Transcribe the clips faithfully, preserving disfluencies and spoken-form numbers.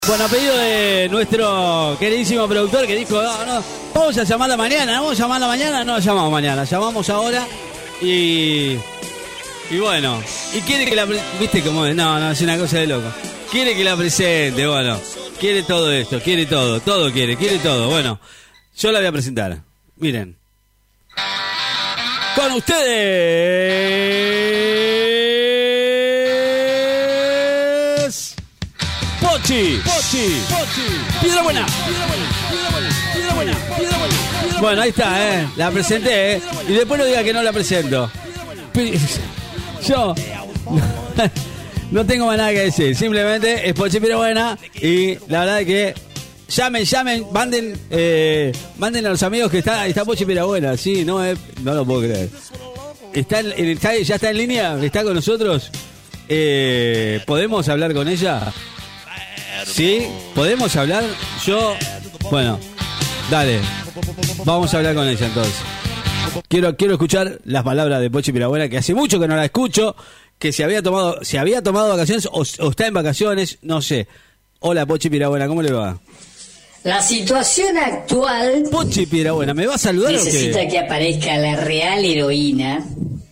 Bueno, a pedido de nuestro queridísimo productor que dijo, no, no, vamos a llamarla mañana, vamos a llamarla mañana, no la llamamos mañana, llamamos ahora y... Y bueno, y quiere que la... ¿Viste cómo es? No, no, es una cosa de loco. Quiere que la presente, bueno, quiere todo esto, quiere todo, todo quiere, quiere todo. Bueno, yo la voy a presentar. Miren. Con ustedes... Pochi, Pochi, Pochi, Piedra Buena, Piedra Buena, Piedra Buena, Piedra Buena, Piedra Buena. Bueno, ahí está, eh, la presenté, eh, y después no diga que no la presento. Yo no tengo más nada que decir, simplemente es Pochi Piedra Buena y la verdad es que llamen, llamen, manden, eh, manden a los amigos que está, está Pochi Piedra Buena, sí, no, eh, no lo puedo creer. Está, en, está, ya está en línea, está con nosotros. Eh, ¿Podemos hablar con ella? ¿Sí? ¿Podemos hablar? Yo... Bueno, dale. Vamos a hablar con ella entonces. Quiero, quiero escuchar las palabras de Pochi Pirabuena, que hace mucho que no la escucho, que se había tomado, se había tomado vacaciones o, o está en vacaciones, no sé. Hola Pochi Pirabuena, ¿cómo le va? La situación actual... Pochi Pirabuena, ¿me va a saludar necesita o qué? que aparezca la real heroína,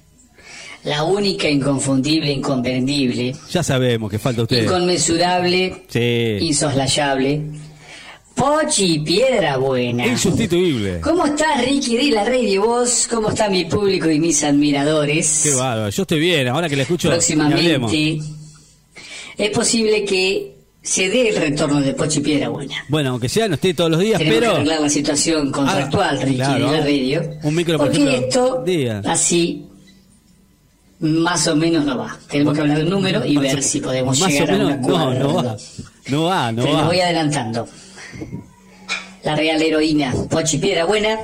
la única, inconfundible, incomprendible. Ya sabemos que falta usted. Inconmensurable, sí. Insoslayable. Pochi Piedra Buena. Insustituible. ¿Cómo estás, Ricky de la Radio Voz? ¿Cómo está mi público y mis admiradores? Qué bárbaro, yo estoy bien, ahora que la escucho. Próximamente es posible que se dé el retorno de Pochi Piedra Buena. Bueno, aunque sea, no esté todos los días, tenemos pero... que arreglar la situación contractual, ah, Ricky, claro, de la radio. Un micro, por porque ejemplo, esto, día. así... más o menos no va. Tenemos que hablar de un número y ver si podemos llegar a un acuerdo. No, no va. No va, no Pero va. les voy adelantando. La real heroína Pochi Piedra Buena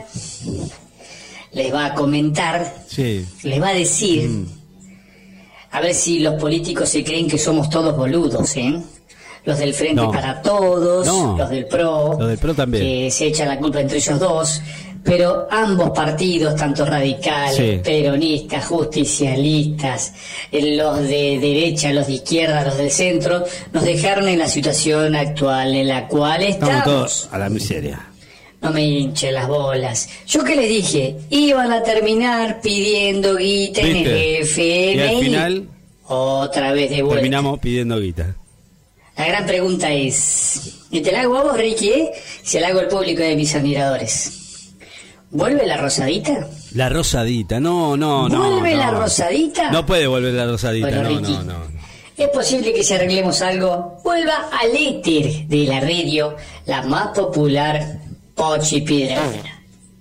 les va a comentar, sí. les va a decir, mm. a ver si los políticos se creen que somos todos boludos, ¿eh? Los del Frente no. para Todos, no. los del PRO, los del PRO también. que se echan la culpa entre ellos dos. Pero ambos partidos, tanto radicales, sí. peronistas, justicialistas, los de derecha, los de izquierda, los del centro, nos dejaron en la situación actual en la cual estamos. Estamos todos a la miseria. No me hinchen las bolas. Yo que les dije, iban a terminar pidiendo guita en el F M I. Y al final, otra vez de vuelta. Terminamos pidiendo guita. La gran pregunta es, y te la hago a vos, Ricky, ¿eh? Se la hago al público de mis admiradores. ¿Vuelve la rosadita? La rosadita, no, no, no. ¿Vuelve no. la rosadita? No puede volver la rosadita, bueno, no, Ricky, no, no. Es posible que si arreglemos algo, vuelva al éter de la radio, la más popular, Pochi Piedra Buena.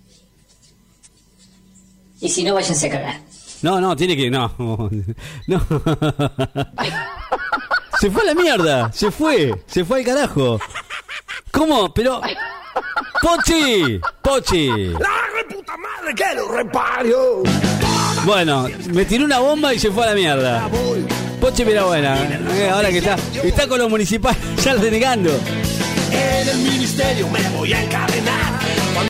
Y si no, váyanse a cagar. No, no, tiene que, no, no. Se fue a la mierda, se fue, se fue al carajo. ¿Cómo? Pero... ¡Pochi! ¡Pochi! ¡La reputa madre que lo repario! Bueno, me tiró una bomba y se fue a la mierda. Pochi Piedra Buena, eh, ahora que está, está con los municipales ya renegando. En el ministerio me voy a encadenar.